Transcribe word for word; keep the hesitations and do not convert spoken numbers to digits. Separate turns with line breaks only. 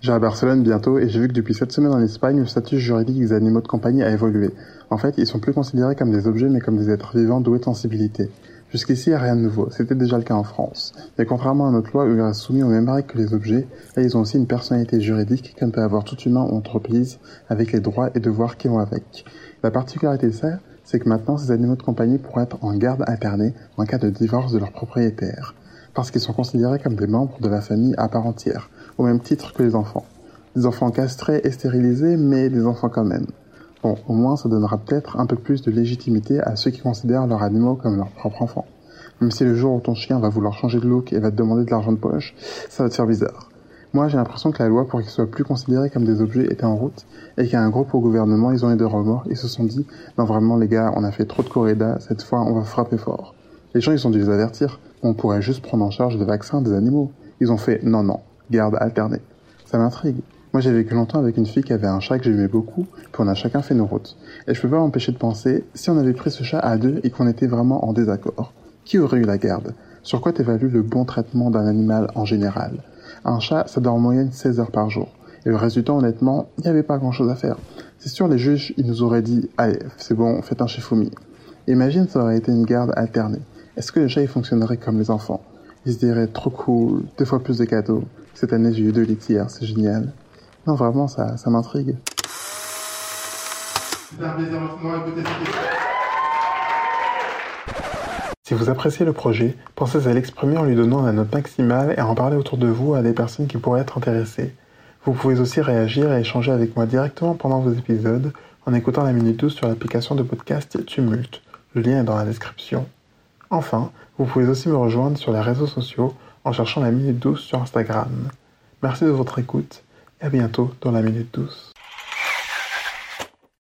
Je vais à Barcelone bientôt et j'ai vu que depuis cette semaine en Espagne, le statut juridique des animaux de compagnie a évolué. En fait, ils sont plus considérés comme des objets mais comme des êtres vivants doués de sensibilité. Jusqu'ici, rien de nouveau, c'était déjà le cas en France. Mais contrairement à notre loi où ils restent soumis aux mêmes règles que les objets, là ils ont aussi une personnalité juridique comme peut avoir tout humain ou entreprise, avec les droits et devoirs qui vont avec. La particularité de ça, c'est que maintenant ces animaux de compagnie pourront être en garde alternée en cas de divorce de leur propriétaire. Parce qu'ils sont considérés comme des membres de la famille à part entière, au même titre que les enfants. Des enfants castrés et stérilisés, mais des enfants quand même. Bon, au moins ça donnera peut-être un peu plus de légitimité à ceux qui considèrent leurs animaux comme leurs propres enfants. Même si le jour où ton chien va vouloir changer de look et va te demander de l'argent de poche, ça va te faire bizarre. Moi, j'ai l'impression que la loi pour qu'ils soient plus considérés comme des objets était en route, et qu'il y a un groupe au gouvernement, ils ont eu de remords, ils se sont dit, non vraiment les gars, on a fait trop de corridas, cette fois on va frapper fort. Les gens, ils ont dû les avertir, on pourrait juste prendre en charge le vaccin des animaux. Ils ont fait, non non, garde alternée. Ça m'intrigue. Moi, j'ai vécu longtemps avec une fille qui avait un chat que j'aimais beaucoup, puis on a chacun fait nos routes. Et je peux pas m'empêcher de penser, si on avait pris ce chat à deux et qu'on était vraiment en désaccord, qui aurait eu la garde? Sur quoi t'évalues le bon traitement d'un animal en général? Un chat, ça dort en moyenne seize heures par jour. Et le reste du temps, honnêtement, il n'y avait pas grand-chose à faire. C'est sûr, les juges, ils nous auraient dit, allez, c'est bon, faites un Shifumi. Imagine, ça aurait été une garde alternée. Est-ce que le chat, il fonctionnerait comme les enfants? Il se dirait, trop cool, deux fois plus de cadeaux. Cette année, j'ai eu deux litières, c'est génial. Non, vraiment, ça, ça m'intrigue.
C'est un plaisir maintenant à écouter cette question.
Si vous appréciez le projet, pensez à l'exprimer en lui donnant la note maximale et à en parler autour de vous à des personnes qui pourraient être intéressées. Vous pouvez aussi réagir et échanger avec moi directement pendant vos épisodes en écoutant la Minute douze sur l'application de podcast Tumult. Le lien est dans la description. Enfin, vous pouvez aussi me rejoindre sur les réseaux sociaux en cherchant la Minute douze sur Instagram. Merci de votre écoute et à bientôt dans la Minute douze.